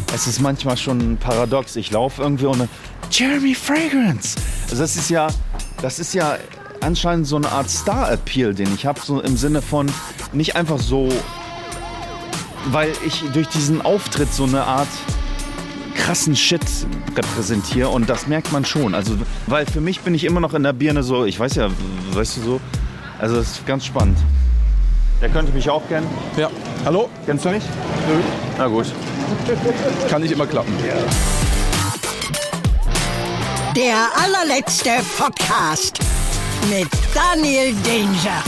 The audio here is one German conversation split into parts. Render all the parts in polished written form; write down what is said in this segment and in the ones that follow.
es ist manchmal schon paradox. Ich laufe irgendwie ohne Jeremy Fragrance. Also das ist ja anscheinend so eine Art Star-Appeal, den ich habe, so im Sinne von nicht einfach so, weil ich durch diesen Auftritt so eine Art krassen Shit repräsentiere und das merkt man schon. Also, weil für mich bin ich immer noch in der Birne so, ich weiß ja, weißt du so, also das ist ganz spannend. Der könnte mich auch kennen. Ja. Hallo? Kennst du mich? Nö. Na gut. Kann nicht immer klappen. Der allerletzte Podcast mit Daniel Danger.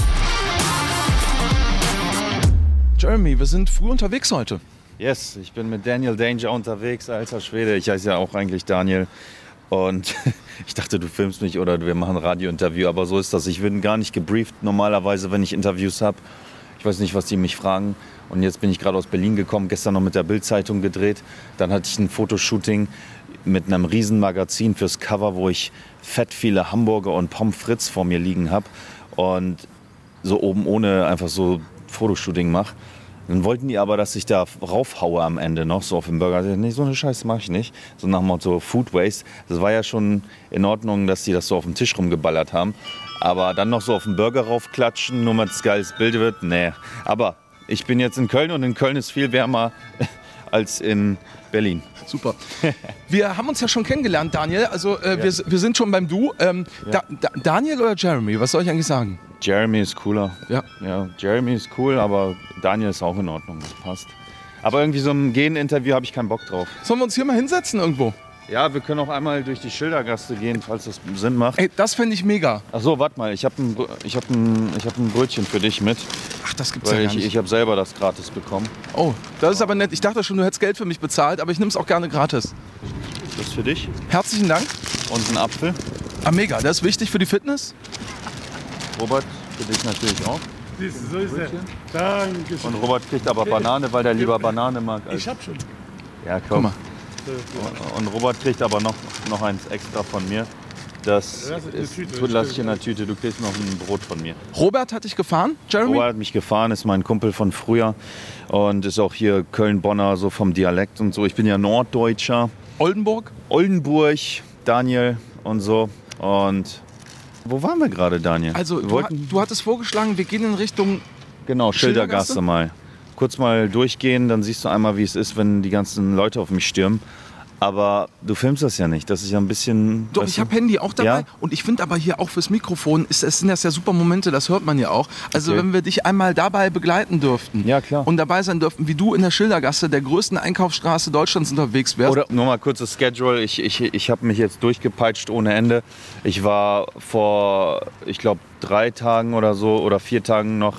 Jeremy, wir sind früh unterwegs heute. Yes, ich bin mit Daniel Danger unterwegs, alter Schwede. Ich heiße ja auch eigentlich Daniel. Und ich dachte, du filmst mich oder wir machen ein Radiointerview. Aber so ist das. Ich bin gar nicht gebrieft normalerweise, wenn ich Interviews habe. Ich weiß nicht, was die mich fragen. Und jetzt bin ich gerade aus Berlin gekommen, gestern noch mit der Bild-Zeitung gedreht. Dann hatte ich ein Fotoshooting mit einem Riesenmagazin fürs Cover, wo ich fett viele Hamburger und Pommes frites vor mir liegen habe. Und so oben ohne einfach so Fotoshooting mache. Dann wollten die aber, dass ich da raufhaue am Ende noch, so auf den Burger. Nee, so eine Scheiße mache ich nicht. So nach dem Motto Food Waste. Das war ja schon in Ordnung, dass die das so auf dem Tisch rumgeballert haben. Aber dann noch so auf den Burger raufklatschen, nur mal das geiles Bild wird, nee. Aber ich bin jetzt in Köln und in Köln ist viel wärmer als in Berlin. Super. Wir haben uns ja schon kennengelernt, Daniel. Also wir sind schon beim Du. Daniel oder Jeremy? Was soll ich eigentlich sagen? Jeremy ist cooler. Ja. Ja, Jeremy ist cool, aber Daniel ist auch in Ordnung. Das passt. Aber irgendwie so ein Gehen-Interview habe ich keinen Bock drauf. Sollen wir uns hier mal hinsetzen irgendwo? Ja, wir können auch einmal durch die Schildergasse gehen, falls das Sinn macht. Ey, das fände ich mega. Ach so, warte mal. Ich hab ein Brötchen für dich mit. Ach, das gibt's Weil ja gar nicht. ich habe selber das gratis bekommen. Oh, das ist aber nett. Ich dachte schon, du hättest Geld für mich bezahlt, aber ich nehme es auch gerne gratis. Das ist für dich. Herzlichen Dank. Und ein Apfel. Ah, mega. Das ist wichtig für die Fitness. Robert, für dich natürlich auch. So ist er. Danke. Und Robert kriegt aber Banane, weil der lieber Banane mag. Ich hab schon. Ja, Guck komm. mal. Und Robert kriegt aber noch eins extra von mir. Das lasse ich in der Tüte. Du kriegst noch ein Brot von mir. Robert hat dich gefahren, Jeremy? Robert hat mich gefahren, ist mein Kumpel von früher und ist auch hier Köln-Bonner, so vom Dialekt und so. Ich bin ja Norddeutscher. Oldenburg? Oldenburg, Daniel und so. Und wo waren wir gerade, Daniel? Also, du hattest vorgeschlagen, wir gehen in Richtung... Genau, Schildergasse Schildergasse mal. Kurz mal durchgehen, dann siehst du einmal, wie es ist, wenn die ganzen Leute auf mich stürmen. Aber du filmst das ja nicht. Das ist ja ein bisschen... Doch, ich habe Handy auch dabei. Ja? Und ich finde aber hier auch fürs Mikrofon, sind das ja super Momente, das hört man ja auch. Also Okay. wenn wir dich einmal dabei begleiten dürften. Ja, klar. Und dabei sein dürften, wie du in der Schildergasse, der größten Einkaufsstraße Deutschlands unterwegs wärst. Oder nur mal kurzes Schedule. Ich habe mich jetzt durchgepeitscht ohne Ende. Ich war vor, ich glaube, 3 Tagen oder so oder 4 Tagen noch.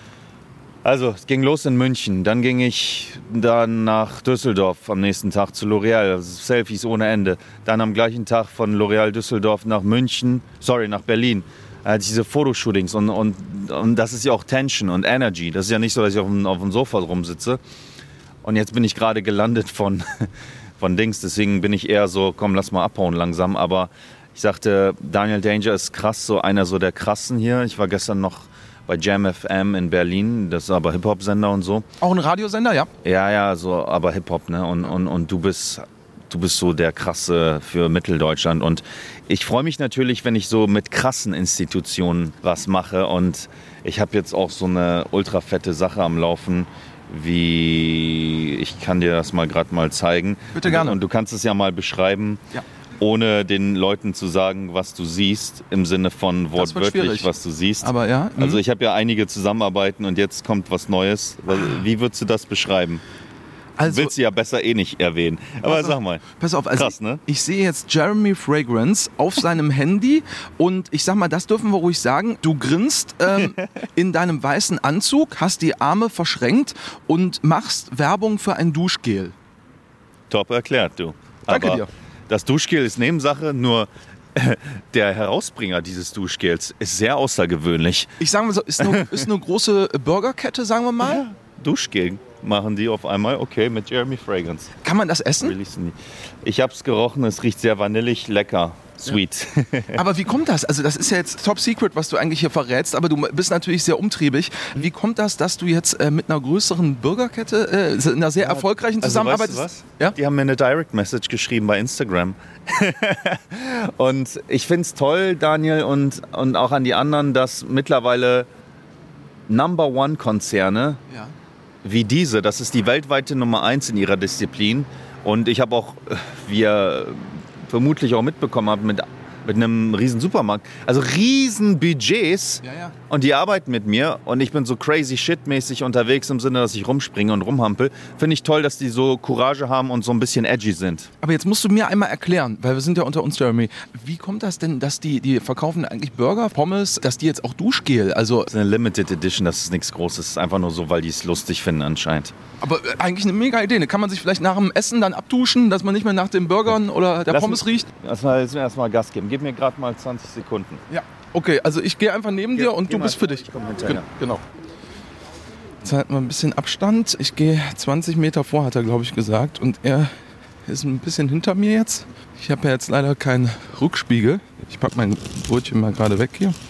Also, es ging los in München. Dann ging ich dann nach Düsseldorf am nächsten Tag zu L'Oreal. Also Selfies ohne Ende. Dann am gleichen Tag von L'Oreal Düsseldorf nach nach Berlin. Diese Fotoshootings und das ist ja auch Tension und Energy. Das ist ja nicht so, dass ich auf dem Sofa rumsitze. Und jetzt bin ich gerade gelandet von Dings. Deswegen bin ich eher so, komm, lass mal abhauen langsam. Aber ich sagte, Daniel Danger ist krass, so einer so der Krassen hier. Ich war gestern noch bei Jam FM in Berlin. Das ist aber Hip-Hop-Sender und so. Auch ein Radiosender, ja? Ja, so, aber Hip-Hop, ne? Und du bist so der Krasse für Mitteldeutschland. Und ich freue mich natürlich, wenn ich so mit krassen Institutionen was mache. Und ich habe jetzt auch so eine ultra fette Sache am Laufen, ich kann dir das gerade mal zeigen. Bitte gerne. Und du kannst es ja mal beschreiben. Ja. Ohne den Leuten zu sagen, was du siehst, im Sinne von wortwörtlich, schwierig. was du siehst. Aber ja. Also ich habe ja einige Zusammenarbeiten und jetzt kommt was Neues. Wie würdest du das beschreiben? Also, Willst du ja besser nicht erwähnen. Aber sag mal. Pass auf, also Krass, ne? ich sehe jetzt Jeremy Fragrance auf seinem Handy und ich sag mal, das dürfen wir ruhig sagen. Du grinst in deinem weißen Anzug, hast die Arme verschränkt und machst Werbung für ein Duschgel. Top erklärt, du. Danke Aber dir. das Duschgel ist Nebensache, nur der Herausbringer dieses Duschgels ist sehr außergewöhnlich. Ich sage mal so, ist eine große Burgerkette, sagen wir mal. Duschgel. machen die auf einmal, okay, mit Jeremy Fragrance. Kann man das essen? Releasen die. Ich habe es gerochen, es riecht sehr vanillig, lecker, sweet. Aber wie kommt das? Also das ist ja jetzt Top Secret, was du eigentlich hier verrätst, aber du bist natürlich sehr umtriebig. Wie kommt das, dass du jetzt mit einer größeren Burgerkette, einer sehr erfolgreichen Zusammenarbeit... Also, weißt du was? Ja? Die haben mir eine Direct Message geschrieben bei Instagram. Und ich finde es toll, Daniel, und auch an die anderen, dass mittlerweile Number-One-Konzerne wie diese, das ist die weltweite Nummer 1 in ihrer Disziplin. Und ich habe auch, wie ihr vermutlich auch mitbekommen habt, mit einem riesen Supermarkt, also riesen Budgets, und die arbeiten mit mir und ich bin so crazy shit-mäßig unterwegs im Sinne, dass ich rumspringe und rumhampel. Finde ich toll, dass die so Courage haben und so ein bisschen edgy sind. Aber jetzt musst du mir einmal erklären, weil wir sind ja unter uns, Jeremy, wie kommt das denn, dass die verkaufen eigentlich Burger, Pommes, dass die jetzt auch Duschgel, also... Das ist eine Limited Edition, das ist nichts Großes, das ist einfach nur so, weil die es lustig finden anscheinend. Aber eigentlich eine mega Idee, kann man sich vielleicht nach dem Essen dann abduschen, dass man nicht mehr nach den Burgern oder der Pommes riecht? Lass mir erstmal Gas geben, gib mir gerade mal 20 Sekunden. Ja. Okay, also ich gehe einfach neben dir und du bist für dich. Ich komme hinterher. Genau. Jetzt halten wir ein bisschen Abstand. Ich gehe 20 Meter vor, hat er, glaube ich, gesagt. Und er ist ein bisschen hinter mir jetzt. Ich habe ja jetzt leider keinen Rückspiegel. Ich packe mein Brötchen mal gerade weg hier.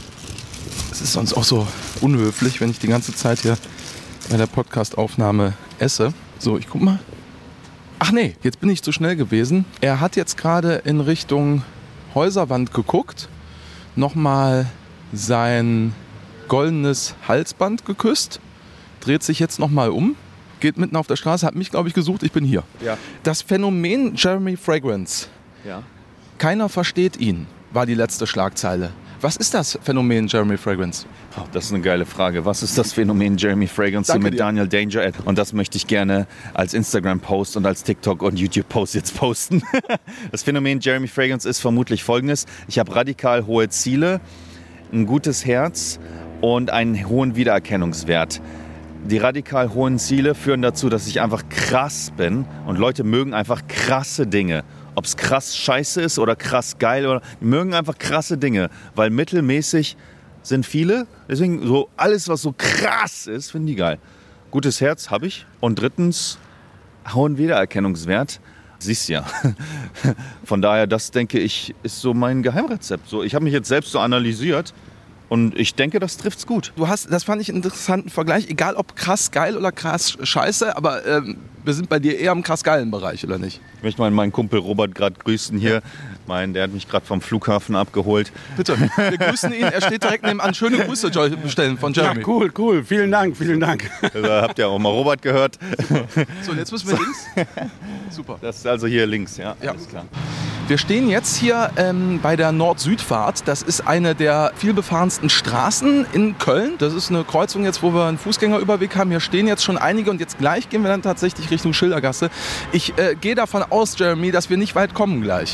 Es ist sonst auch so unhöflich, wenn ich die ganze Zeit hier bei der Podcast-Aufnahme esse. So, ich guck mal. Ach nee, jetzt bin ich zu schnell gewesen. Er hat jetzt gerade in Richtung Häuserwand geguckt, nochmal sein goldenes Halsband geküsst, dreht sich jetzt nochmal um, geht mitten auf der Straße, hat mich, glaube ich, gesucht, ich bin hier. Ja. Das Phänomen Jeremy Fragrance, keiner versteht ihn, war die letzte Schlagzeile. Was ist das Phänomen Jeremy Fragrance? Oh, das ist eine geile Frage. Was ist das Phänomen Jeremy Fragrance Danke mit dir. Daniel Danger? Und das möchte ich gerne als Instagram-Post und als TikTok- und YouTube-Post jetzt posten. Das Phänomen Jeremy Fragrance ist vermutlich folgendes. Ich habe radikal hohe Ziele, ein gutes Herz und einen hohen Wiedererkennungswert. Die radikal hohen Ziele führen dazu, dass ich einfach krass bin und Leute mögen einfach krasse Dinge. Ob es krass scheiße ist oder krass geil, oder die mögen einfach krasse Dinge, weil mittelmäßig sind viele. Deswegen so alles, was so krass ist, finden die geil. Gutes Herz habe ich. Und drittens, hohen Wiedererkennungswert. Siehst ja. Von daher, das denke ich, ist so mein Geheimrezept. So, ich habe mich jetzt selbst so analysiert. Und ich denke, das trifft's gut. Das fand ich einen interessanten Vergleich, egal ob krass geil oder krass scheiße, aber wir sind bei dir eher im krass geilen Bereich, oder nicht? Ich möchte mal meinen Kumpel Robert gerade grüßen hier. Der hat mich gerade vom Flughafen abgeholt. Bitte, wir grüßen ihn, er steht direkt nebenan. Schöne Grüße bestellen von Jeremy. Ja, cool. Vielen Dank. Also, habt ihr auch mal Robert gehört? So, jetzt müssen wir links. Super. Das ist also hier links, ja. Alles klar. Wir stehen jetzt hier bei der Nord-Süd-Fahrt. Das ist eine der vielbefahrensten Straßen in Köln. Das ist eine Kreuzung jetzt, wo wir einen Fußgängerüberweg haben. Hier stehen jetzt schon einige und jetzt gleich gehen wir dann tatsächlich Richtung Schildergasse. Ich gehe davon aus, Jeremy, dass wir nicht weit kommen gleich.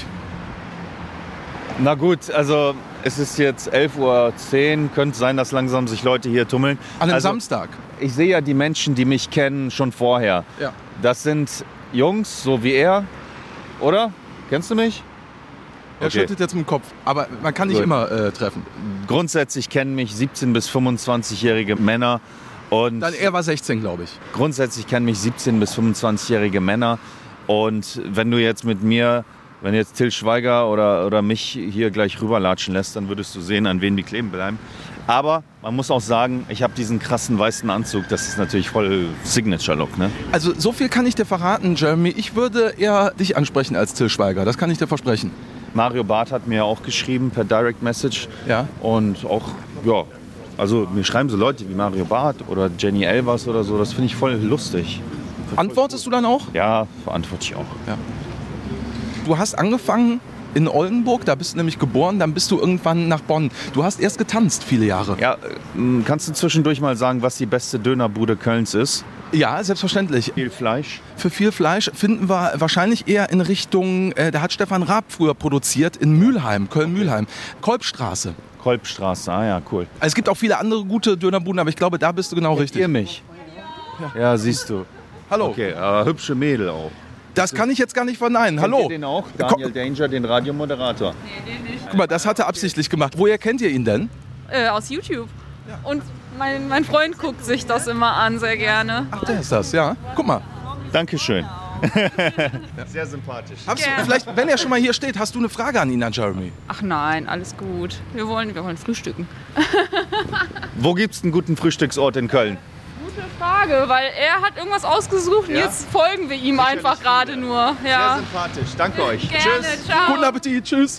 Na gut, also es ist jetzt 11:10 Uhr. Könnte sein, dass langsam sich Leute hier tummeln. An einem also, Samstag. Ich sehe ja die Menschen, die mich kennen, schon vorher. Ja. Das sind Jungs, so wie er, oder? Kennst du mich? Er schüttelt jetzt mit dem Kopf, aber man kann nicht Gut. immer treffen. Grundsätzlich kennen mich 17- bis 25-jährige Männer. Und Dann er war 16, glaube ich. grundsätzlich kennen mich 17- bis 25-jährige Männer. Und wenn du jetzt mit mir, wenn jetzt Till Schweiger oder mich hier gleich rüberlatschen lässt, dann würdest du sehen, an wen die kleben bleiben. Aber man muss auch sagen, ich habe diesen krassen weißen Anzug, das ist natürlich voll Signature-Look, ne? Also so viel kann ich dir verraten, Jeremy. Ich würde eher dich ansprechen als Till Schweiger, das kann ich dir versprechen. Mario Barth hat mir auch geschrieben per Direct Message. Ja. Und auch, ja, also mir schreiben so Leute wie Mario Barth oder Jenny Elvers oder so, das finde ich voll lustig. Antwortest du dann auch? Ja, verantworte ich auch. Ja. Du hast angefangen in Oldenburg, da bist du nämlich geboren, dann bist du irgendwann nach Bonn. Du hast erst getanzt viele Jahre. Ja, kannst du zwischendurch mal sagen, was die beste Dönerbude Kölns ist? Ja, selbstverständlich. Viel Fleisch. Für viel Fleisch finden wir wahrscheinlich eher in Richtung, da hat Stefan Raab früher produziert, in Mülheim, Köln-Mülheim. Kolbstraße. Kolbstraße, ah ja, cool. Also es gibt auch viele andere gute Dönerbuden, aber ich glaube, da bist du genau richtig. Ihr mich? Ja, siehst du. Hallo. Okay, aber hübsche Mädel auch. Das kann ich jetzt gar nicht verneinen. Kennt Hallo. ihr den auch? Daniel Danger, den Radiomoderator. Guck mal, das hat er absichtlich gemacht. Woher kennt ihr ihn denn? Aus YouTube. Und Mein Freund guckt sich das immer an, sehr gerne. Ach, der ist das, ja. Guck mal. Dankeschön. Sehr sympathisch. Vielleicht, wenn er schon mal hier steht, hast du eine Frage an ihn, an Jeremy? Ach nein, alles gut. Wir wollen frühstücken. Wo gibt's einen guten Frühstücksort in Köln? Gute Frage, weil er hat irgendwas ausgesucht und jetzt folgen wir ihm einfach gerade nur. Ja. Sehr sympathisch. Danke euch. Gerne, Tschüss. ciao. Guten Appetit, tschüss.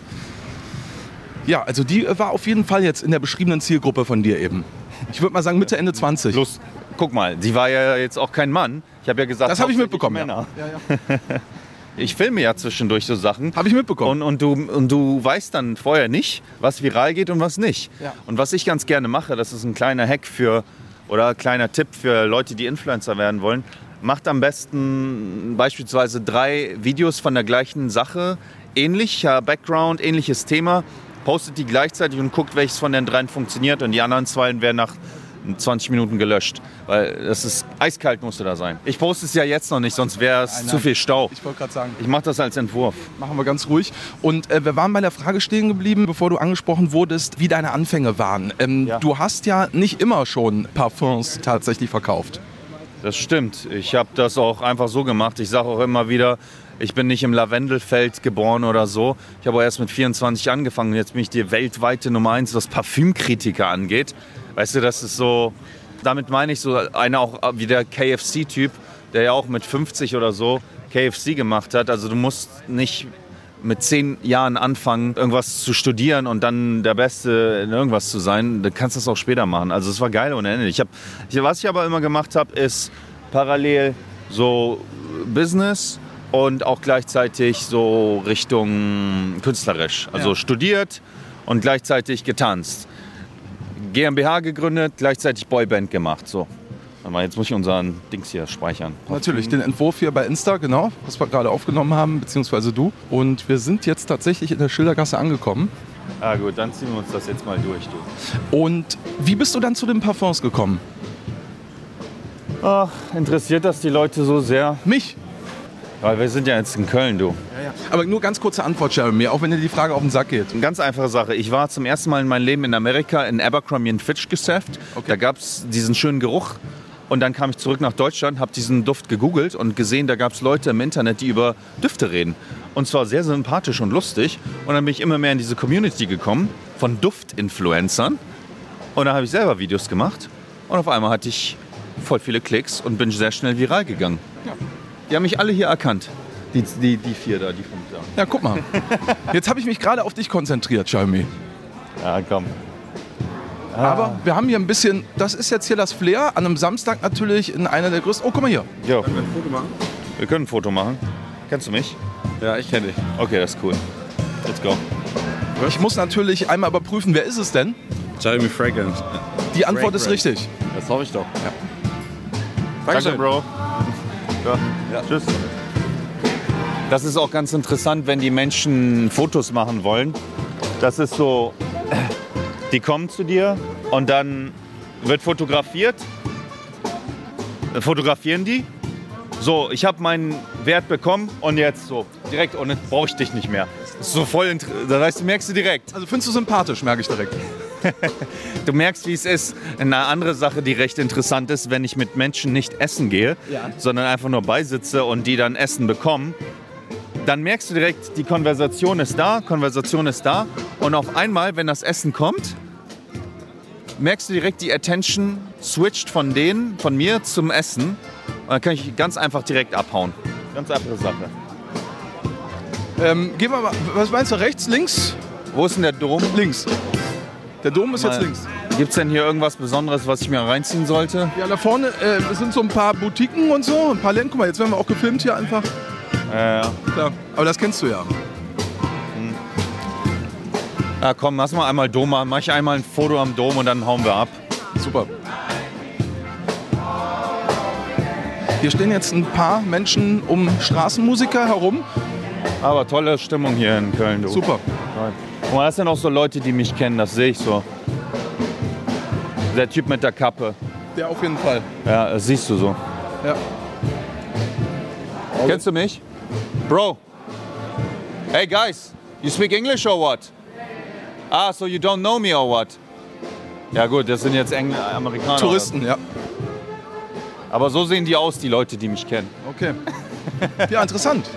Ja, also die war auf jeden Fall jetzt in der beschriebenen Zielgruppe von dir eben. Ich würde mal sagen Mitte, Ende 20. Los, guck mal, sie war ja jetzt auch kein Mann. Ich habe ja gesagt, Das habe ich mitbekommen, Männer. Ja. Ich filme ja zwischendurch so Sachen. Habe ich mitbekommen. Und du weißt dann vorher nicht, was viral geht und was nicht. Ja. Und was ich ganz gerne mache, das ist ein kleiner Hack oder ein kleiner Tipp für Leute, die Influencer werden wollen. Macht am besten beispielsweise 3 Videos von der gleichen Sache, ähnlicher Background, ähnliches Thema, postet die gleichzeitig und guckt, welches von den 3 funktioniert und die anderen 2 werden nach 20 Minuten gelöscht, weil das ist eiskalt, musste da sein. Ich poste es ja jetzt noch nicht, sonst wäre es zu viel Stau. Ich wollte gerade sagen. Ich mache das als Entwurf. Machen wir ganz ruhig. Und wir waren bei der Frage stehen geblieben, bevor du angesprochen wurdest, wie deine Anfänge waren. Du hast ja nicht immer schon Parfums tatsächlich verkauft. Das stimmt. Ich habe das auch einfach so gemacht. Ich sage auch immer wieder, ich bin nicht im Lavendelfeld geboren oder so. Ich habe auch erst mit 24 angefangen. Jetzt bin ich die weltweite Nummer 1, was Parfümkritiker angeht. Weißt du, das ist so, damit meine ich so einer auch wie der KFC-Typ, der ja auch mit 50 oder so KFC gemacht hat. Also du musst nicht mit 10 Jahren anfangen, irgendwas zu studieren und dann der Beste in irgendwas zu sein. Du kannst das auch später machen. Also es war geil ohne Ende. Was ich aber immer gemacht habe, ist parallel so Business und auch gleichzeitig so Richtung künstlerisch. Also studiert und gleichzeitig getanzt. GmbH gegründet, gleichzeitig Boyband gemacht. So. Jetzt muss ich unseren Dings hier speichern. Natürlich, den Entwurf hier bei Insta, genau, was wir gerade aufgenommen haben, beziehungsweise du. Und wir sind jetzt tatsächlich in der Schildergasse angekommen. Ah gut, dann ziehen wir uns das jetzt mal durch. Du. Und wie bist du dann zu den Parfums gekommen? Ach, interessiert das die Leute so sehr? Mich? Weil wir sind ja jetzt in Köln, du. Aber nur ganz kurze Antwort, Jeremy, auch wenn dir die Frage auf den Sack geht. Eine ganz einfache Sache. Ich war zum ersten Mal in meinem Leben in Amerika in Abercrombie & Fitch Geschäft. Okay. Da gab es diesen schönen Geruch. Und dann kam ich zurück nach Deutschland, habe diesen Duft gegoogelt und gesehen, da gab es Leute im Internet, die über Düfte reden. Und zwar sehr sympathisch und lustig. Und dann bin ich immer mehr in diese Community gekommen von Duftinfluencern. Und da habe ich selber Videos gemacht. Und auf einmal hatte ich voll viele Klicks und bin sehr schnell viral gegangen. Ja. Die haben mich alle hier erkannt. Die 4 da, die 5 da. Ja, guck mal. Jetzt habe ich mich gerade auf dich konzentriert, Jeremy. Ja, komm. Aber wir haben hier ein bisschen, das ist jetzt hier das Flair, an einem Samstag natürlich in einer der größten... Oh, guck mal hier. Ja. Können wir ein Foto machen? Wir können ein Foto machen. Kennst du mich? Ja, ich kenne dich. Okay, das ist cool. Let's go. Ich muss natürlich einmal überprüfen, wer ist es denn? Jeremy Fragrance. Die Antwort ist richtig. Das hoffe ich doch. Ja. Danke, Bro. Ja. Tschüss. Das ist auch ganz interessant, wenn die Menschen Fotos machen wollen. Das ist so, die kommen zu dir und dann wird fotografiert. Fotografieren die. So, ich habe meinen Wert bekommen und jetzt so, direkt, und jetzt brauche ich dich nicht mehr. Das ist so voll, das heißt, du merkst du direkt. Also findest du sympathisch, merke ich direkt. Du merkst, wie es ist. Eine andere Sache, die recht interessant ist, wenn ich mit Menschen nicht essen gehe, sondern einfach nur beisitze und die dann Essen bekommen, dann merkst du direkt, die Konversation ist da und auf einmal, wenn das Essen kommt, merkst du direkt, die Attention switcht von mir zum Essen und dann kann ich ganz einfach direkt abhauen. Ganz einfache Sache. Gehen wir mal, was meinst du, rechts, links? Wo ist denn der Dom? Links. Der Dom ist jetzt links. Gibt es denn hier irgendwas Besonderes, was ich mir reinziehen sollte? Ja, da vorne sind so ein paar Boutiquen und so, ein paar Läden. Guck mal, jetzt werden wir auch gefilmt hier einfach. Ja. Klar. Aber das kennst du ja. Ja, komm, lass mal einmal Dom machen. Mach ich einmal ein Foto am Dom und dann hauen wir ab. Super. Hier stehen jetzt ein paar Menschen um Straßenmusiker herum. Aber tolle Stimmung hier in Köln, du. Super. Guck mal, das sind auch so Leute, die mich kennen, das sehe ich so. Der Typ mit der Kappe. Der auf jeden Fall. Ja, das siehst du so. Ja. Kennst du mich? Bro. Hey guys, you speak English or what? Ah, so you don't know me or what? Ja gut, das sind jetzt Amerikaner. Touristen, ja. Aber so sehen die aus, die Leute, die mich kennen. Okay. Ja, interessant.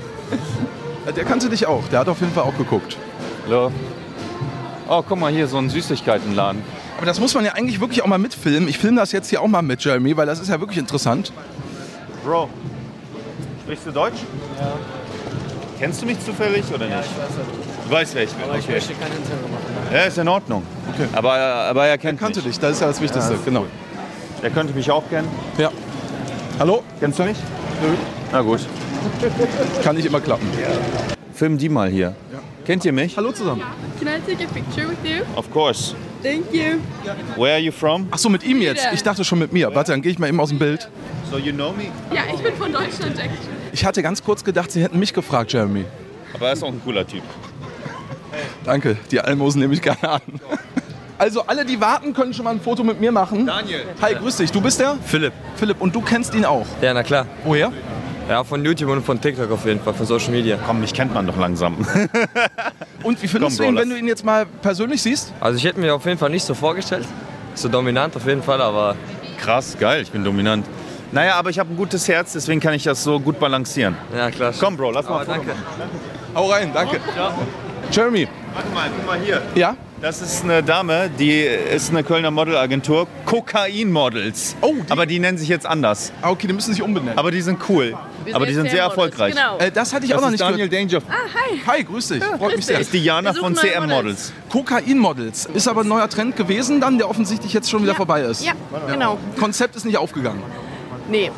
Ja, der kannte dich auch. Der hat auf jeden Fall auch geguckt. Hallo. Oh, guck mal hier, so ein Süßigkeitenladen. Aber das muss man ja eigentlich wirklich auch mal mitfilmen. Ich filme das jetzt hier auch mal mit, Jeremy, weil das ist ja wirklich interessant. Bro, sprichst du Deutsch? Ja. Kennst du mich zufällig oder nicht? Ja, ich weiß nicht. Du weißt, wer ich bin. Aber ich möchte kein Interview machen. Ja, ist in Ordnung. Okay. Aber er kennt Kannte mich. dich, das ist ja das Wichtigste. Ja, genau. Er könnte mich auch kennen. Ja. Hallo? Kennst du mich? Nö. Na gut. Kann nicht immer klappen. Film die mal hier. Ja. Kennt ihr mich? Hallo zusammen. Can I take a picture with you? Of course. Thank you. Where are you from? Ach so, mit ihm jetzt? Ich dachte schon mit mir. Warte, dann gehe ich mal eben aus dem Bild. So you know me? Ja, ich bin von Deutschland, Jack. Ich hatte ganz kurz gedacht, Sie hätten mich gefragt, Jeremy. Aber er ist auch ein cooler Typ. Danke, die Almosen nehme ich gerne an. Also alle, die warten, können schon mal ein Foto mit mir machen. Daniel. Hi, grüß dich. Du bist der? Philipp. Philipp, und du kennst ihn auch? Ja, na klar. Woher? Ja, von YouTube und von TikTok auf jeden Fall, von Social Media. Komm, mich kennt man doch langsam. Und wie findest Komm, du ihn, Bro, wenn du ihn jetzt mal persönlich siehst? Also ich hätte mir auf jeden Fall nicht so vorgestellt. So dominant auf jeden Fall, aber Krass, geil, ich bin dominant. Naja, aber ich habe ein gutes Herz, deswegen kann ich das so gut balancieren. ja klar. Komm, Bro, lass mal aber danke. Hau rein, danke. Jeremy. Warte mal, guck mal hier. Ja? Das ist eine Dame, die ist eine Kölner Modelagentur. Kokain-Models. Oh, die- Aber die nennen sich jetzt anders. Ah, okay, die müssen sich umbenennen. Aber die sind cool. Aber die sind sehr erfolgreich. Genau. Das hatte ich Das auch noch ist nicht Daniel gehört. Danger. Hi, grüß dich. Freut mich sehr. Das ist Diana Wir von suchen neue CM Models. Kokain-Models. Ist aber ein neuer Trend gewesen dann, der offensichtlich jetzt schon wieder vorbei ist. Ja, genau. Konzept ist nicht aufgegangen. Nee.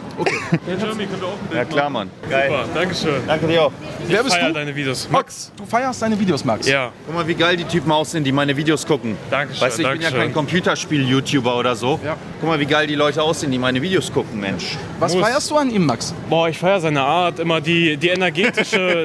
Ja klar, Mann. Geil. Super, Dankeschön. Danke dir auch. Wer bist Feier du? deine Videos. Max. Du feierst deine Videos, Max. Ja, Guck mal, wie geil die Typen aussehen, die meine Videos gucken. Dankeschön, Weißt du, ich bin ja Dankeschön. kein Computerspiel-YouTuber oder so. Ja. Guck mal, wie geil die Leute aussehen, die meine Videos gucken, Mensch. Was Muss. feierst du an ihm, Max? boah, ich feiere seine Art, immer die energetische,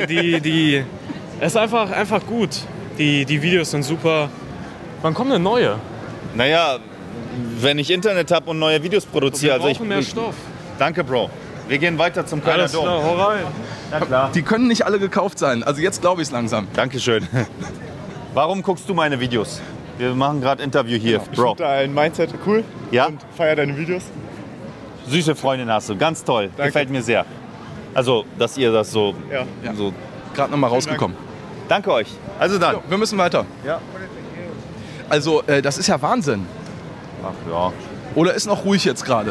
es ist einfach gut. Die Videos sind super. Wann kommt eine neue? Naja, wenn ich Internet habe und neue Videos produziere, Wir also ich brauchen mehr Stoff. Danke, Bro. Wir gehen weiter zum Kölner Alles Dom. klar, hau rein. Na klar. Die können nicht alle gekauft sein. Also jetzt glaube ich es langsam. Dankeschön. Warum guckst du meine Videos? Wir machen gerade Interview hier, Bro. Dein Mindset cool Ja? und feier deine Videos. Süße Freundin hast du, ganz toll. Danke. Gefällt mir sehr. Also, dass ihr das so... Ja. so Gerade nochmal rausgekommen. danke euch. Also dann. Jo, wir müssen weiter. Ja. Also das ist ja Wahnsinn. Ach ja. Oder ist noch ruhig jetzt gerade?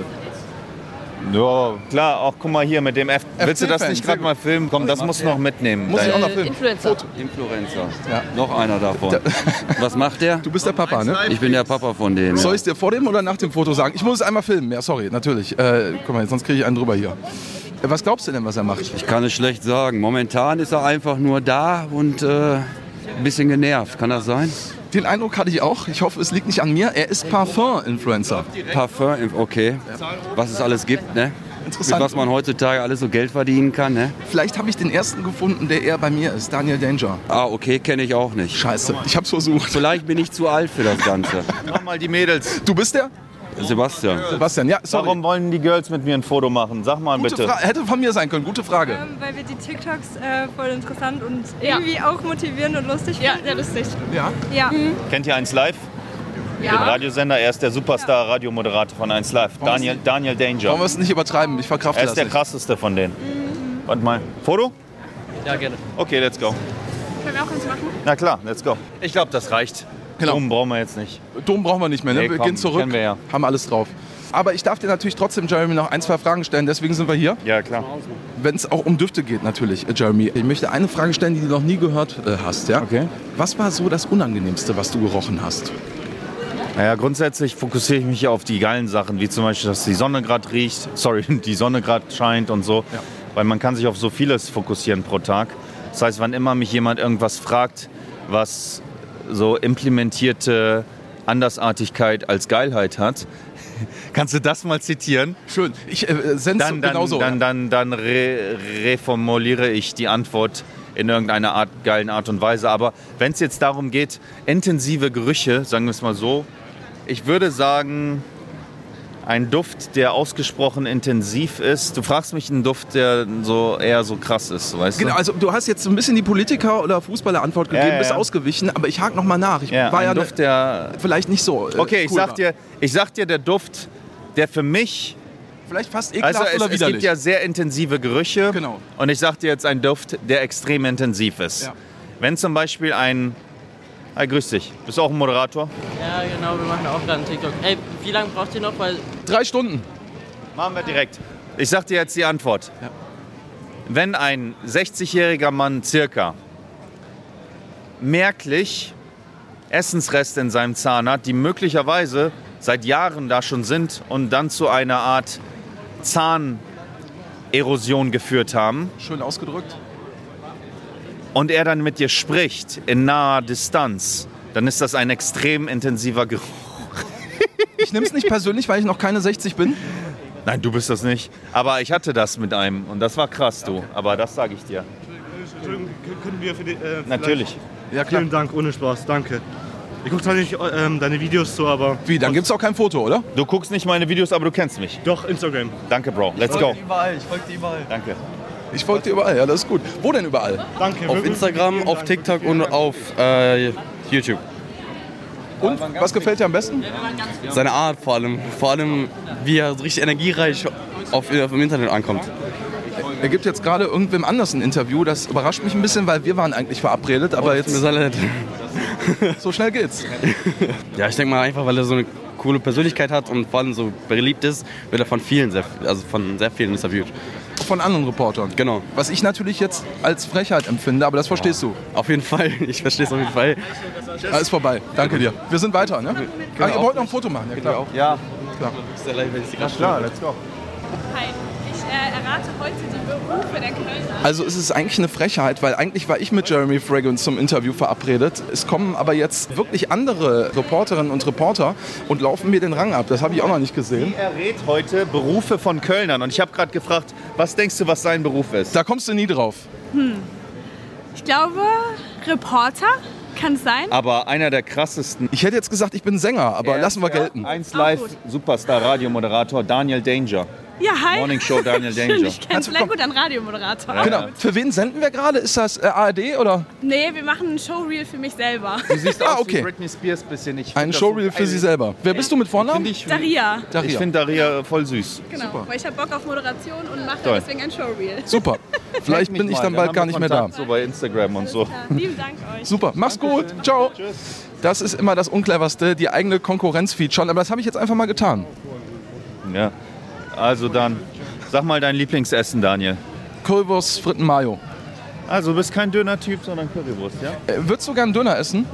Ja, klar, auch guck mal hier mit dem F. Willst du das FC-Fan, nicht sehr gerade mal filmen? Komm, das musst du noch mitnehmen. Muss ich auch noch filmen. Influencer. Influencer. Ja. Noch einer davon. Was macht der? Du bist der Papa, ne? Ich bin der Papa von denen. Soll ich es dir vor dem oder nach dem Foto sagen? Ich muss es einmal filmen. Ja, sorry, natürlich. Guck mal, sonst kriege ich einen drüber hier. Was glaubst du denn, was er macht? Ich kann es schlecht sagen. Momentan ist er einfach nur da und ein bisschen genervt. Kann das sein? Den Eindruck hatte ich auch. Ich hoffe, es liegt nicht an mir. Er ist Parfum-Influencer. Parfum, okay. Was es alles gibt, ne? Mit Interessant. was man heutzutage alles so Geld verdienen kann, ne? Vielleicht habe ich den ersten gefunden, der eher bei mir ist. Daniel Danger. Ah, okay, kenne ich auch nicht. Scheiße, ich hab's versucht. Vielleicht bin ich zu alt für das Ganze. Mach mal die Mädels. Du bist der? Sebastian. Sebastian, ja, sorry. Warum wollen die Girls mit mir ein Foto machen? Sag mal Gute bitte. Frage. Hätte von mir sein können. Gute Frage. Weil wir die TikToks voll interessant und Ja. irgendwie auch motivierend und lustig Ja, finden. sehr lustig. Ja. Ja. Kennt ihr 1 Live? Den Radiosender. Er ist der Superstar-Radiomoderator von 1 Live. Daniel Wollen Danger. wir es nicht übertreiben? Ich verkrafte Er das ist der nicht. krasseste von denen. Warte mal. Foto? Ja, gerne. Okay, let's go. Können wir auch eins machen? Na klar, let's go. Ich glaube, das reicht. Genau. Dom brauchen wir jetzt nicht. Dom brauchen wir nicht mehr, ne? Nee, Wir komm, gehen zurück, kennen wir ja. haben alles drauf. Aber ich darf dir natürlich trotzdem, Jeremy, noch 1, 2 Fragen stellen. Deswegen sind wir hier. Ja, klar. Wenn es auch um Düfte geht, natürlich, Jeremy. Ich möchte eine Frage stellen, die du noch nie gehört hast. Ja? Okay. Was war so das Unangenehmste, was du gerochen hast? Naja, grundsätzlich fokussiere ich mich ja auf die geilen Sachen, wie zum Beispiel, dass die Sonne gerade riecht, die Sonne gerade scheint und so. Ja. Weil man kann sich auf so vieles fokussieren pro Tag. Das heißt, wann immer mich jemand irgendwas fragt, was so implementierte Andersartigkeit als Geilheit hat, kannst du das mal zitieren? Schön. Ich sende es genauso. Dann reformuliere ich die Antwort in irgendeiner geilen Art und Weise. Aber wenn es jetzt darum geht, intensive Gerüche, sagen wir es mal so, ich würde sagen, Ein Duft, der ausgesprochen intensiv ist. Du fragst mich einen Duft, der so eher so krass ist, weißt du? Genau, also du hast jetzt so ein bisschen die Politiker- oder Fußballer-Antwort gegeben, bist ausgewichen, aber ich hake nochmal nach. Ich war ja Duft, der vielleicht nicht so okay, cool ich sag dir, der Duft, der für mich... Vielleicht fast ekelhaft oder widerlich. Es gibt ja sehr intensive Gerüche. Genau. Und ich sag dir jetzt einen Duft, der extrem intensiv ist. Ja. Wenn zum Beispiel ein... Hi, grüß dich. Bist du auch ein Moderator? Ja, genau, wir machen auch gerade einen TikTok. Ey, wie lange braucht ihr noch? 3 Stunden. Machen wir direkt. Ich sag dir jetzt die Antwort. Ja. Wenn ein 60-jähriger Mann circa merklich Essensreste in seinem Zahn hat, die möglicherweise seit Jahren da schon sind und dann zu einer Art Zahnerosion geführt haben. Schön ausgedrückt. Und er dann mit dir spricht in naher Distanz, dann ist das ein extrem intensiver Geruch. Ich nehme es nicht persönlich, weil ich noch keine 60 bin. Nein, du bist das nicht. Aber ich hatte das mit einem und das war krass, du. Aber das sage ich dir. Entschuldigung, können wir für die... Natürlich. Ja, klar. Vielen Dank, ohne Spaß, danke. Ich gucke zwar nicht deine Videos so, aber... Wie, dann gibt's auch kein Foto, oder? Du guckst nicht meine Videos, aber du kennst mich. Doch, Instagram. Danke, Bro. Let's go. Ich folge dir überall. Danke. Ich folge dir überall, ja, das ist gut. Wo denn überall? Danke. Auf Instagram, auf TikTok und auf YouTube. Und, was gefällt dir am besten? Seine Art vor allem. Vor allem, wie er so richtig energiereich auf dem Internet ankommt. Er gibt jetzt gerade irgendwem anders ein Interview. Das überrascht mich ein bisschen, weil wir waren eigentlich verabredet. Aber jetzt so schnell geht's. Ja, ich denke mal einfach, weil er so eine coole Persönlichkeit hat und vor allem so beliebt ist, wird er von sehr vielen interviewt. Von anderen Reportern. Genau. Was ich natürlich jetzt als Frechheit empfinde, aber das verstehst du. Auf jeden Fall, ich verstehe es auf jeden Fall. Alles vorbei, danke dir. Wir sind weiter, ne? Ihr wollt noch ein Foto machen, ja klar. Ja. Klar. Ist ja leicht, wenn ich die gerade Klar, let's go. Hi, ich errate heute die Berufe der Kölner. Also es ist eigentlich eine Frechheit, weil eigentlich war ich mit Jeremy Fragrance zum Interview verabredet. Es kommen aber jetzt wirklich andere Reporterinnen und Reporter und laufen mir den Rang ab. Das habe ich auch noch nicht gesehen. Er rät heute Berufe von Kölnern. Und ich habe gerade gefragt, was denkst du, was sein Beruf ist? Da kommst du nie drauf. Ich glaube, Reporter, kann es sein? Aber einer der krassesten. Ich hätte jetzt gesagt, ich bin Sänger, aber lassen wir gelten. 1 Live Superstar Radiomoderator Daniel Danger. Ja, hi. Morning Show Daniel Danger. Ich kenne vielleicht gut einen Radiomoderator. Ja. Genau. Für wen senden wir gerade? Ist das ARD oder? Nee, wir machen ein Showreel für mich selber. Du siehst aus okay. wie Britney Spears bisschen. Ein Showreel für Sie selber. Wer bist du mit Vornamen? Daria. Ich finde Daria voll süß. Genau, weil ich habe Bock auf Moderation und mache Toll. deswegen ein Showreel. Super. Vielleicht bin ich dann bald gar nicht mehr da. So bei Instagram und so. Ja, lieben Dank euch. Super. Mach's gut. Ciao. Das ist immer das Uncleverste, die eigene Konkurrenz featuren. Aber das habe ich jetzt einfach mal getan. Ja. Also dann, sag mal dein Lieblingsessen, Daniel. Currywurst, Fritten, Mayo. Also du bist kein Döner-Typ, sondern Currywurst, ja? Würdest du gern Döner essen?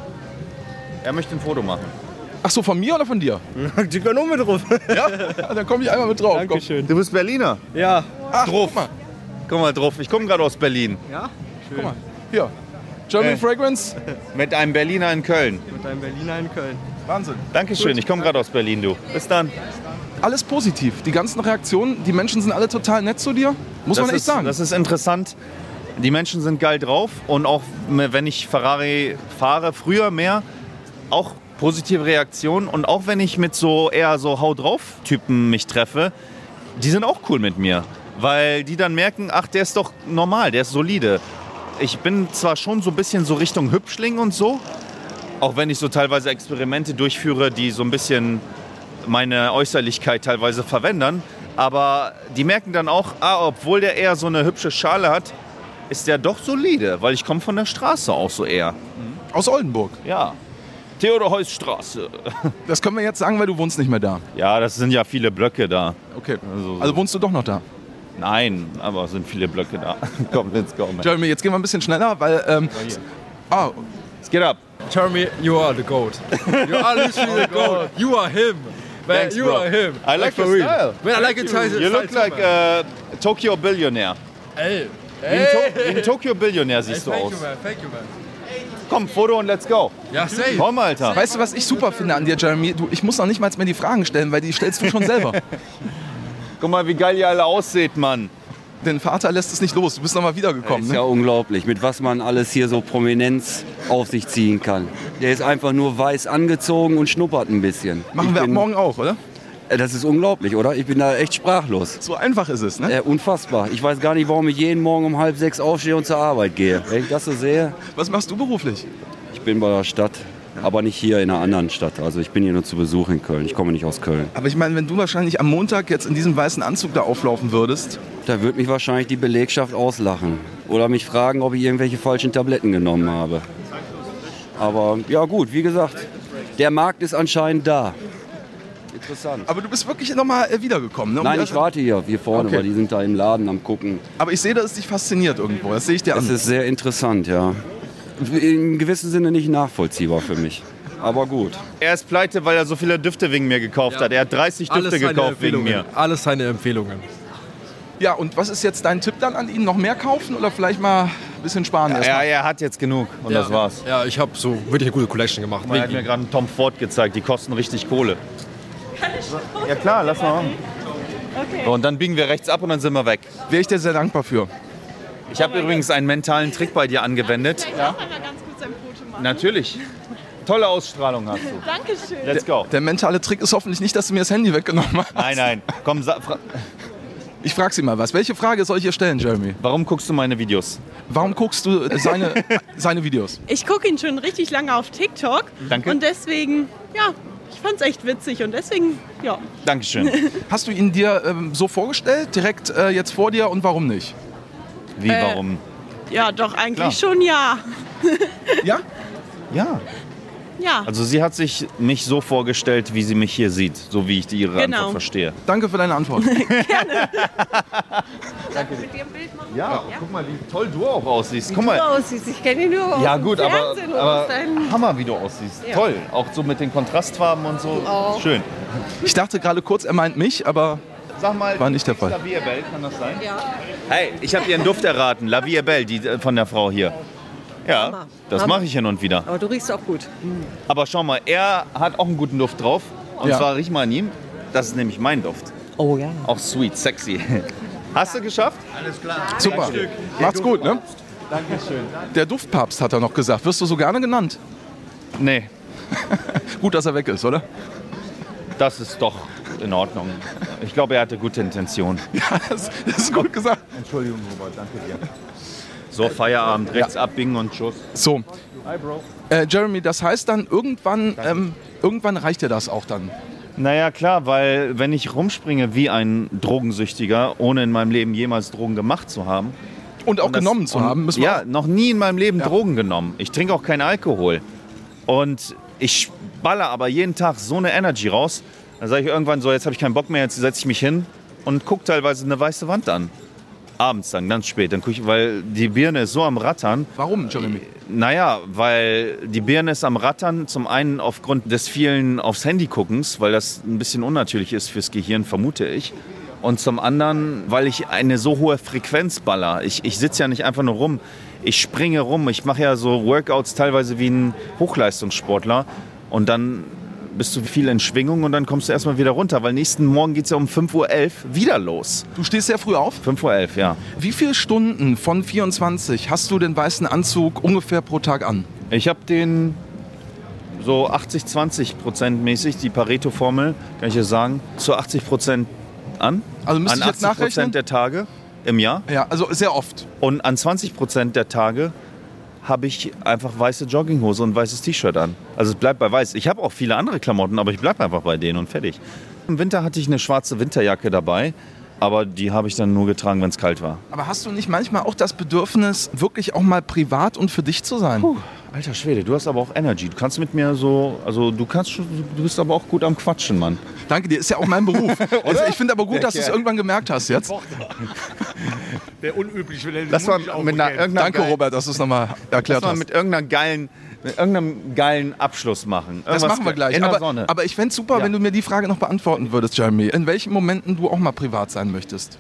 Er möchte ein Foto machen. Ach so, von mir oder von dir? Die können auch mit drauf. Ja? Dann komme ich einmal mit drauf. Dankeschön. Du bist Berliner? Ja. Ach, drauf. Guck mal drauf, ich komme gerade aus Berlin. Ja? Guck mal. Hier. German Fragrance. Mit einem Berliner in Köln. Mit einem Berliner in Köln. Wahnsinn. Dankeschön, ich komme gerade aus Berlin, du. Bis dann. Alles positiv. Die ganzen Reaktionen, die Menschen sind alle total nett zu dir. Muss man echt sagen. Das ist interessant. Die Menschen sind geil drauf. Und auch wenn ich Ferrari fahre, früher mehr, auch positive Reaktionen. Und auch wenn ich mit so eher so Hau drauf Typen mich treffe, die sind auch cool mit mir. Weil die dann merken, ach, der ist doch normal, der ist solide. Ich bin zwar schon so ein bisschen so Richtung Hübschling und so, auch wenn ich so teilweise Experimente durchführe, die so ein bisschen meine Äußerlichkeit teilweise verwändern. Aber die merken dann auch, obwohl der eher so eine hübsche Schale hat, ist der doch solide, weil ich komme von der Straße auch so eher. Aus Oldenburg? Ja. Theodor-Heuss-Straße. Das können wir jetzt sagen, weil du wohnst nicht mehr da. Ja, das sind ja viele Blöcke da. Okay. Also wohnst du doch noch da? Nein, aber es sind viele Blöcke da. Komm, let's go, man. Jeremy, jetzt gehen wir ein bisschen schneller, weil... Let's get up. Jeremy, you are the GOAT. You are literally the GOAT. You are him. Man, Thanks, you bro. are him. I like for your real. style. Man, I like your style. You look like a Tokyo Billionaire. Ey. Wie ein Tokyo Billionaire siehst du aus. Thank you, man. Komm, Foto und let's go. Ja, safe. Komm, Alter. Weißt du, was ich super finde an dir, Jeremy? Ich muss noch nicht mal mehr die Fragen stellen, weil die stellst du schon selber. Guck mal, wie geil ihr alle ausseht, Mann. Den Vater lässt es nicht los. Du bist noch mal wiedergekommen. Das ist ja unglaublich, mit was man alles hier so Prominenz auf sich ziehen kann. Der ist einfach nur weiß angezogen und schnuppert ein bisschen. Machen wir ab morgen auch, oder? Das ist unglaublich, oder? Ich bin da echt sprachlos. So einfach ist es, ne? Unfassbar. Ich weiß gar nicht, warum ich jeden Morgen um 5:30 aufstehe und zur Arbeit gehe. Wenn ich das so sehe. Was machst du beruflich? Ich bin bei der Stadt, aber nicht hier in einer anderen Stadt. Also ich bin hier nur zu Besuch in Köln. Ich komme nicht aus Köln. Aber ich meine, wenn du wahrscheinlich am Montag jetzt in diesem weißen Anzug da auflaufen würdest. Da wird mich wahrscheinlich die Belegschaft auslachen. Oder mich fragen, ob ich irgendwelche falschen Tabletten genommen habe. Aber ja gut, wie gesagt, der Markt ist anscheinend da. Interessant. Aber du bist wirklich nochmal wiedergekommen, ne? Nein, ich warte hier vorne, Okay. weil die sind da im Laden am Gucken. Aber ich sehe, dass es dich fasziniert irgendwo. Das sehe ich dir an. Das ist sehr interessant, ja. In gewissem Sinne nicht nachvollziehbar für mich. Aber gut. Er ist pleite, weil er so viele Düfte wegen mir gekauft hat. Er hat 30 Düfte gekauft wegen mir. Alles seine Empfehlungen. Ja, und was ist jetzt dein Tipp dann an ihn? Noch mehr kaufen oder vielleicht mal ein bisschen sparen? Ja, erstmal? er hat jetzt genug und das war's. Ja, ich habe so wirklich eine gute Collection gemacht. Er hat mir gerade einen Tom Ford gezeigt, die kosten richtig Kohle. Ja klar, lass mal machen. Okay. So, und dann biegen wir rechts ab und dann sind wir weg. Wäre ich dir sehr dankbar für. Ich habe übrigens einen mentalen Trick bei dir angewendet. Ich darf einmal ganz kurz ein Foto machen. Natürlich. Tolle Ausstrahlung hast du. Dankeschön. Let's go. Der mentale Trick ist hoffentlich nicht, dass du mir das Handy weggenommen hast. Nein. Komm, Ich frage Sie mal was. Welche Frage soll ich hier stellen, Jeremy? warum guckst du meine Videos? Warum guckst du seine Videos? Ich gucke ihn schon richtig lange auf TikTok. Danke. Und deswegen, ja, ich fand es echt witzig und deswegen, ja. Dankeschön. Hast du ihn dir so vorgestellt, direkt jetzt vor dir und warum nicht? Wie, warum? Ja, doch eigentlich Klar. schon, ja. Ja? Ja. Ja. Also sie hat sich nicht so vorgestellt, wie sie mich hier sieht, so wie ich ihre Genau. Antwort verstehe. Danke für deine Antwort. Danke. Mit dir ein Bild machen? Ja, guck mal, wie toll du auch aussiehst. Guck mal. aussiehst. Ich kenne ihn nur aus Ja dem gut, aber Fernsehen. Hammer, wie du aussiehst. Ja. Toll, auch so mit den Kontrastfarben und so. auch. Schön. Ich dachte gerade kurz, er meint mich, aber Sag mal, War nicht der Fall. La Vie est Belle, kann das sein? Ja. Hey, ich habe ihren Duft erraten. La Vie est Belle, die von der Frau hier. Ja, Hammer. das Hammer. mache ich hin und wieder. Aber du riechst auch gut. Aber schau mal, er hat auch einen guten Duft drauf. Und Ja. zwar riech mal an ihm. Das ist nämlich mein Duft. Oh ja. Auch sweet, sexy. Hast du geschafft? super. Macht's gut, ne? Dankeschön. Der Duftpapst hat er noch gesagt. Wirst du so gerne genannt? Nee, Gut, dass er weg ist, oder? das ist doch in Ordnung. Ich glaube, er hatte gute Intention. Ja, das ist gut gesagt. Entschuldigung, Robert, danke dir. So, Feierabend, rechts abbiegen und Schuss. So, Hi, Bro. Jeremy, das heißt dann irgendwann reicht dir das auch dann? Naja, klar, weil wenn ich rumspringe wie ein Drogensüchtiger, ohne in meinem Leben jemals Drogen gemacht zu haben. Und auch und das- genommen zu und- haben, müssen wir Ja, noch nie in meinem Leben Ja. Drogen genommen. Ich trinke auch keinen Alkohol. Und ich baller aber jeden Tag so eine Energy raus. Dann sage ich irgendwann so, jetzt habe ich keinen Bock mehr, jetzt setze ich mich hin und gucke teilweise eine weiße Wand an. Abends dann, ganz spät. Dann guck ich, weil die Birne ist so am Rattern. Warum, Jeremy? Naja, weil die Birne ist am Rattern. Zum einen aufgrund des vielen aufs Handy guckens, weil das ein bisschen unnatürlich ist fürs Gehirn, vermute ich. Und zum anderen, weil ich eine so hohe Frequenz baller. Ich sitze ja nicht einfach nur rum. Ich springe rum. Ich mache ja so Workouts teilweise wie ein Hochleistungssportler. Und dann bist du viel in Schwingung und dann kommst du erstmal wieder runter. Weil nächsten Morgen geht es ja um 5:11 Uhr wieder los. Du stehst sehr früh auf. 5:11 Uhr, ja. Wie viele Stunden von 24 hast du den weißen Anzug ungefähr pro Tag an? Ich habe den so 80-20% mäßig, die Pareto-Formel, kann ich dir sagen, zu 80% an. Also müsste an ich jetzt 80% nachrechnen? der Tage im Jahr. Ja, also sehr oft. Und an 20% der Tage habe ich einfach weiße Jogginghose und weißes T-Shirt an. Also es bleibt bei weiß. Ich habe auch viele andere Klamotten, aber ich bleibe einfach bei denen und fertig. Im Winter hatte ich eine schwarze Winterjacke dabei, aber die habe ich dann nur getragen, wenn es kalt war. Aber hast du nicht manchmal auch das Bedürfnis, wirklich auch mal privat und für dich zu sein? Alter Schwede, du hast aber auch Energy. Du kannst mit mir so, also du bist aber auch gut am Quatschen, Mann. Danke dir, ist ja auch mein Beruf. Also ich finde aber gut, dass du es irgendwann gemerkt hast jetzt. Der unüblich, wenn er Lass mal mit irgendeiner Danke, Robert, dass du es nochmal erklärt Lass mal hast. mit irgendeinem geilen Abschluss machen. Das machen wir gleich. In der Sonne. Aber ich fände es super, Ja. wenn du mir die Frage noch beantworten würdest, Jeremy. In welchen Momenten du auch mal privat sein möchtest?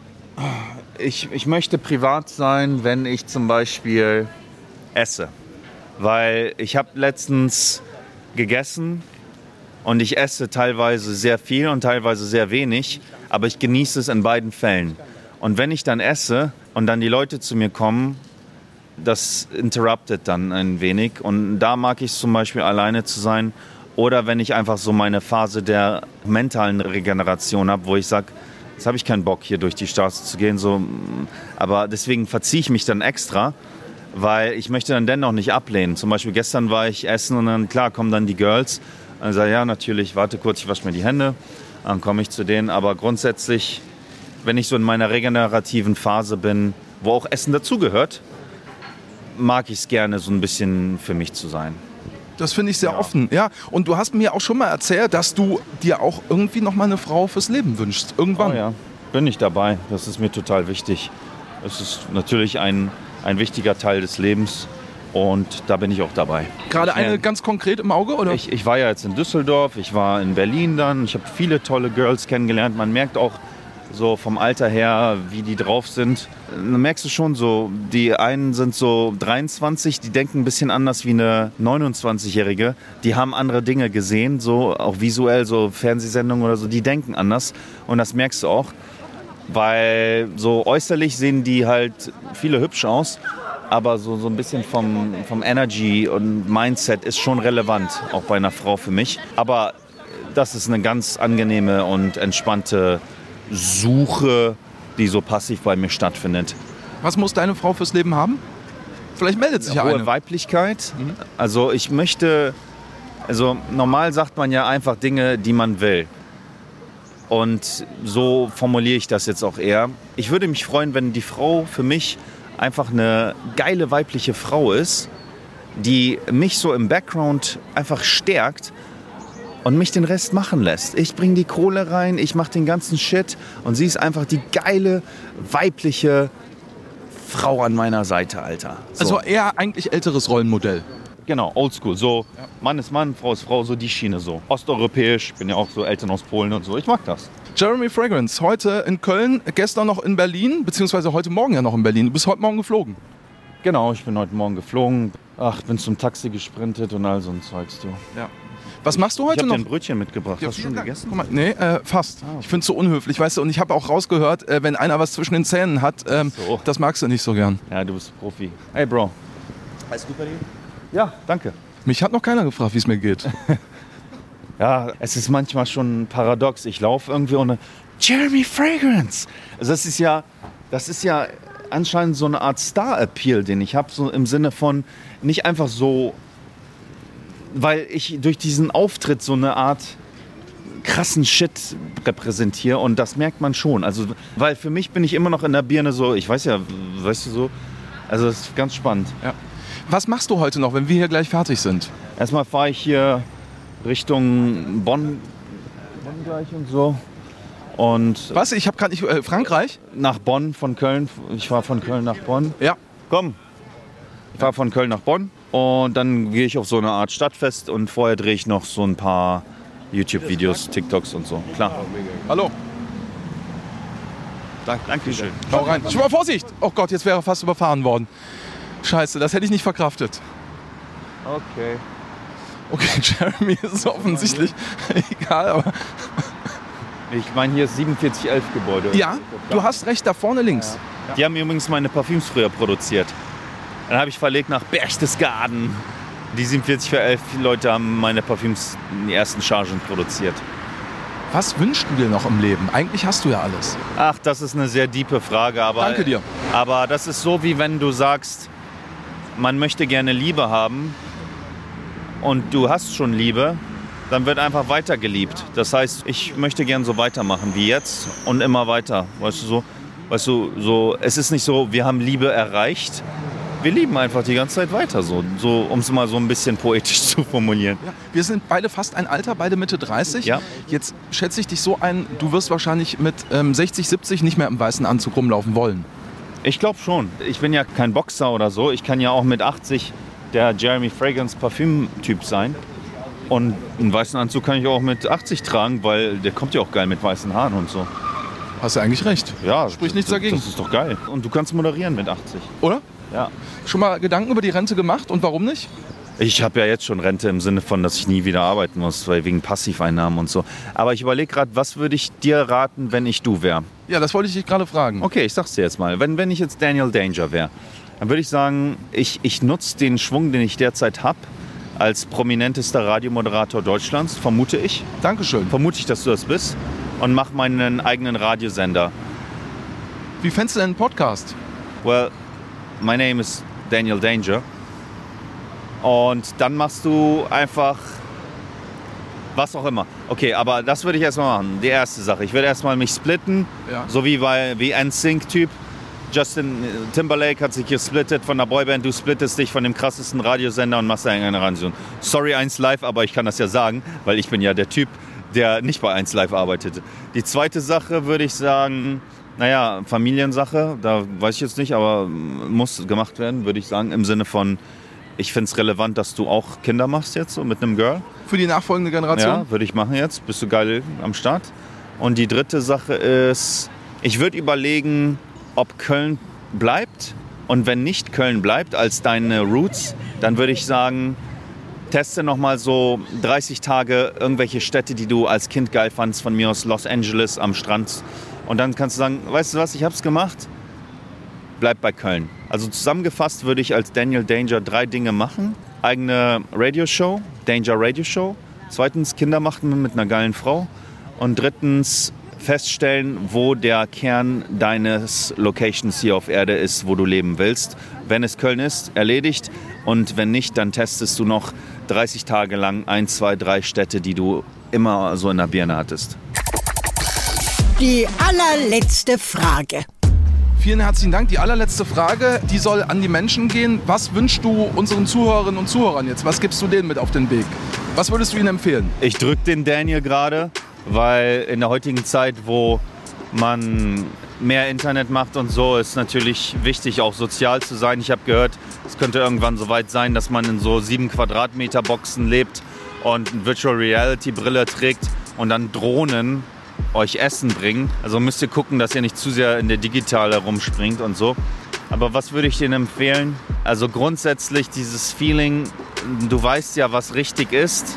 Ich möchte privat sein, wenn ich zum Beispiel esse. Weil ich habe letztens gegessen und ich esse teilweise sehr viel und teilweise sehr wenig, aber ich genieße es in beiden Fällen. Und wenn ich dann esse und dann die Leute zu mir kommen, das interruptet dann ein wenig. Und da mag ich es zum Beispiel alleine zu sein Oder wenn ich einfach so meine Phase der mentalen Regeneration habe, wo ich sage, jetzt habe ich keinen Bock, hier durch die Straße zu gehen. So. Aber deswegen verziehe ich mich dann extra, weil ich möchte dann dennoch nicht ablehnen. Zum Beispiel gestern war ich essen und dann, klar, kommen dann die Girls. Dann sage ich, ja, natürlich, warte kurz, ich wasche mir die Hände. Dann komme ich zu denen. Aber grundsätzlich, wenn ich so in meiner regenerativen Phase bin, wo auch Essen dazugehört, mag ich es gerne, so ein bisschen für mich zu sein. Das finde ich sehr offen, ja. Und du hast mir auch schon mal erzählt, dass du dir auch irgendwie noch mal eine Frau fürs Leben wünschst. Irgendwann. Oh ja, bin ich dabei. Das ist mir total wichtig. Es ist natürlich ein wichtiger Teil des Lebens und da bin ich auch dabei. Gerade eine ganz konkret im Auge, oder? Ich war ja jetzt in Düsseldorf, ich war in Berlin dann. Ich habe viele tolle Girls kennengelernt. Man merkt auch so vom Alter her, wie die drauf sind. Dann merkst du schon so, die einen sind so 23, die denken ein bisschen anders wie eine 29-Jährige. Die haben andere Dinge gesehen, so auch visuell, so Fernsehsendungen oder so, die denken anders. Und das merkst du auch, weil so äußerlich sehen die halt viele hübsch aus, aber so ein bisschen vom Energy und Mindset ist schon relevant, auch bei einer Frau für mich. Aber das ist eine ganz angenehme und entspannte Suche, die so passiv bei mir stattfindet. Was muss deine Frau fürs Leben haben? Vielleicht meldet sich ja eine. Hohe Weiblichkeit. Also ich möchte, normal sagt man ja einfach Dinge, die man will. Und so formuliere ich das jetzt auch eher. Ich würde mich freuen, wenn die Frau für mich einfach eine geile weibliche Frau ist, die mich so im Background einfach stärkt und mich den Rest machen lässt. Ich bringe die Kohle rein, ich mache den ganzen Shit und sie ist einfach die geile, weibliche Frau an meiner Seite, Alter. So. Also eher eigentlich älteres Rollenmodell. Genau, oldschool. So Mann ist Mann, Frau ist Frau, so die Schiene so. Osteuropäisch, bin ja auch so Eltern aus Polen und so. Ich mag das. Jeremy Fragrance, heute in Köln, gestern noch in Berlin, beziehungsweise heute Morgen ja noch in Berlin. Du bist heute Morgen geflogen. Genau, ich bin heute Morgen geflogen. Bin zum Taxi gesprintet und all so ein Zeugs, du. Ja. Was machst du heute noch? Ich habe dir ein Brötchen mitgebracht. Ja, hast du schon gegessen? Guck mal, nee, fast. Ich finde es so unhöflich, weißt du. Und ich habe auch rausgehört, wenn einer was zwischen den Zähnen hat, das magst du nicht so gern. Ja, du bist Profi. Hey, Bro. Alles gut bei dir? Ja, danke. Mich hat noch keiner gefragt, wie es mir geht. Ja, es ist manchmal schon paradox. Ich laufe irgendwie ohne Jeremy Fragrance. Also das ist ja anscheinend so eine Art Star-Appeal, den ich habe, so im Sinne von nicht einfach so, weil ich durch diesen Auftritt so eine Art krassen Shit repräsentiere und das merkt man schon. Also, weil für mich bin ich immer noch in der Birne so, ich weiß ja, weißt du so, also das ist ganz spannend. Ja. Was machst du heute noch, wenn wir hier gleich fertig sind? Erstmal fahre ich hier Richtung Bonn gleich und so. Und was? Ich habe gerade nicht Frankreich? Nach Bonn von Köln. Ich fahre von Köln nach Bonn. Ja. Komm. Ich fahre von Köln nach Bonn und dann gehe ich auf so eine Art Stadtfest und vorher drehe ich noch so ein paar YouTube-Videos, TikToks und so. Klar. Hallo. Dankeschön. Schau rein. Schon mal Vorsicht! Oh Gott, jetzt wäre er fast überfahren worden. Scheiße, das hätte ich nicht verkraftet. Okay. Okay, Jeremy ist offensichtlich egal, aber... Ich meine, hier ist 4711 Gebäude. Ja, du hast recht, da vorne links. Ja. Die haben übrigens meine Parfüms früher produziert. Dann habe ich verlegt nach Berchtesgaden. Die 4711 Leute haben meine Parfüms in die ersten Chargen produziert. Was wünschst du dir noch im Leben? Eigentlich hast du ja alles. Ach, das ist eine sehr tiefe Frage. Aber, danke dir. Aber das ist so, wie wenn du sagst, man möchte gerne Liebe haben und du hast schon Liebe, dann wird einfach weiter geliebt. Das heißt, ich möchte gern so weitermachen wie jetzt und immer weiter. Weißt du, so, es ist nicht so, wir haben Liebe erreicht. Wir lieben einfach die ganze Zeit weiter, so um es mal so ein bisschen poetisch zu formulieren. Ja, wir sind beide fast ein Alter, beide Mitte 30. Ja. Jetzt schätze ich dich so ein, du wirst wahrscheinlich mit 60, 70 nicht mehr im weißen Anzug rumlaufen wollen. Ich glaube schon. Ich bin ja kein Boxer oder so. Ich kann ja auch mit 80 der Jeremy Fragrance Parfüm-Typ sein. Und einen weißen Anzug kann ich auch mit 80 tragen, weil der kommt ja auch geil mit weißen Haaren und so. Hast du eigentlich recht. Ja. Sprich nichts dagegen. Das ist doch geil. Und du kannst moderieren mit 80. Oder? Ja. Schon mal Gedanken über die Rente gemacht und warum nicht? Ich habe ja jetzt schon Rente im Sinne von, dass ich nie wieder arbeiten muss, weil wegen Passiveinnahmen und so. Aber ich überlege gerade, was würde ich dir raten, wenn ich du wäre? Ja, das wollte ich dich gerade fragen. Okay, ich sag's dir jetzt mal. Wenn ich jetzt Daniel Danger wäre, dann würde ich sagen, ich nutze den Schwung, den ich derzeit habe, als prominentester Radiomoderator Deutschlands, vermute ich. Dankeschön. Vermute ich, dass du das bist. Und mache meinen eigenen Radiosender. Wie fändest du denn einen Podcast? Well, my name is Daniel Danger. Und dann machst du einfach was auch immer. Okay, aber das würde ich erstmal machen. Die erste Sache. Ich würde erstmal mich splitten, so wie NSYNC-Typ. Justin Timberlake hat sich gesplittet von der Boyband. Du splittest dich von dem krassesten Radiosender und machst da eine Radio. Sorry 1 Live, aber ich kann das ja sagen, weil ich bin ja der Typ, der nicht bei 1 Live arbeitet. Die zweite Sache würde ich sagen, naja, Familiensache, da weiß ich jetzt nicht, aber muss gemacht werden, würde ich sagen, im Sinne von, ich finde es relevant, dass du auch Kinder machst jetzt, so mit einem Girl. Für die nachfolgende Generation? Ja, würde ich machen jetzt, bist du geil am Start. Und die dritte Sache ist, ich würde überlegen, ob Köln bleibt. Und wenn nicht Köln bleibt als deine Roots, dann würde ich sagen, teste nochmal so 30 Tage irgendwelche Städte, die du als Kind geil fandst, von mir aus Los Angeles am Strand. Und dann kannst du sagen, weißt du was, ich hab's gemacht, bleib bei Köln. Also zusammengefasst würde ich als Daniel Danger 3 Dinge machen. Eigene Radioshow, Danger Radio Show. 2. Kinder machen mit einer geilen Frau. Und 3. feststellen, wo der Kern deines Locations hier auf Erde ist, wo du leben willst. Wenn es Köln ist, erledigt. Und wenn nicht, dann testest du noch 30 Tage lang 1, 2, 3 Städte, die du immer so in der Birne hattest. Die allerletzte Frage. Vielen herzlichen Dank. Die allerletzte Frage, die soll an die Menschen gehen. Was wünschst du unseren Zuhörerinnen und Zuhörern jetzt? Was gibst du denen mit auf den Weg? Was würdest du ihnen empfehlen? Ich drücke den Daniel gerade, weil in der heutigen Zeit, wo man mehr Internet macht und so, ist natürlich wichtig, auch sozial zu sein. Ich habe gehört, es könnte irgendwann so weit sein, dass man in so 7 Quadratmeter Boxen lebt und eine Virtual Reality Brille trägt und dann Drohnen euch Essen bringen. Also müsst ihr gucken, dass ihr nicht zu sehr in der Digitale rumspringt und so. Aber was würde ich denen empfehlen? Also grundsätzlich dieses Feeling, du weißt ja, was richtig ist.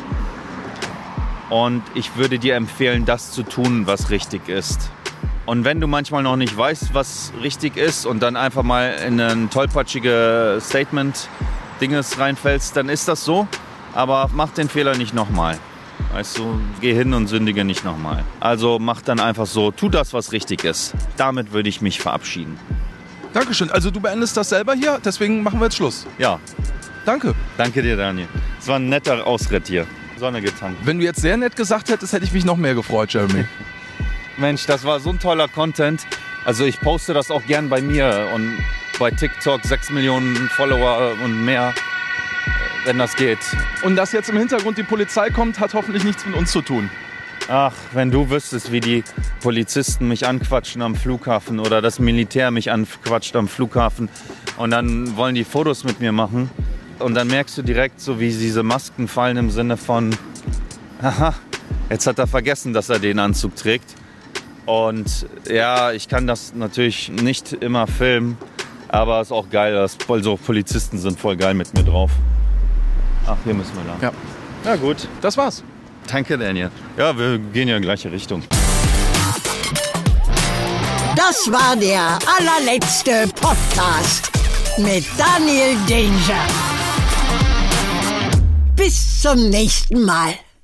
Und ich würde dir empfehlen, das zu tun, was richtig ist. Und wenn du manchmal noch nicht weißt, was richtig ist und dann einfach mal in ein tollpatschige Statement-Dinges reinfällst, dann ist das so. Aber mach den Fehler nicht nochmal. Weißt du, geh hin und sündige nicht nochmal. Also mach dann einfach so, tu das, was richtig ist. Damit würde ich mich verabschieden. Dankeschön. Also du beendest das selber hier, deswegen machen wir jetzt Schluss. Ja. Danke. Danke dir, Daniel. Es war ein netter Ausritt hier. Sonne getankt. Wenn du jetzt sehr nett gesagt hättest, hätte ich mich noch mehr gefreut, Jeremy. Mensch, das war so ein toller Content. Also ich poste das auch gern bei mir und bei TikTok 6 Millionen Follower und mehr, wenn das geht. Und dass jetzt im Hintergrund die Polizei kommt, hat hoffentlich nichts mit uns zu tun. Ach, wenn du wüsstest, wie die Polizisten mich anquatschen am Flughafen oder das Militär mich anquatscht am Flughafen und dann wollen die Fotos mit mir machen und dann merkst du direkt so, wie diese Masken fallen im Sinne von, haha, jetzt hat er vergessen, dass er den Anzug trägt. Und ja, ich kann das natürlich nicht immer filmen, aber es ist auch geil, also Polizisten sind voll geil mit mir drauf. Ach, hier müssen wir lang. Ja. Na gut. Das war's. Danke, Daniel. Ja, wir gehen ja in die gleiche Richtung. Das war der allerletzte Podcast mit Daniel Danger. Bis zum nächsten Mal.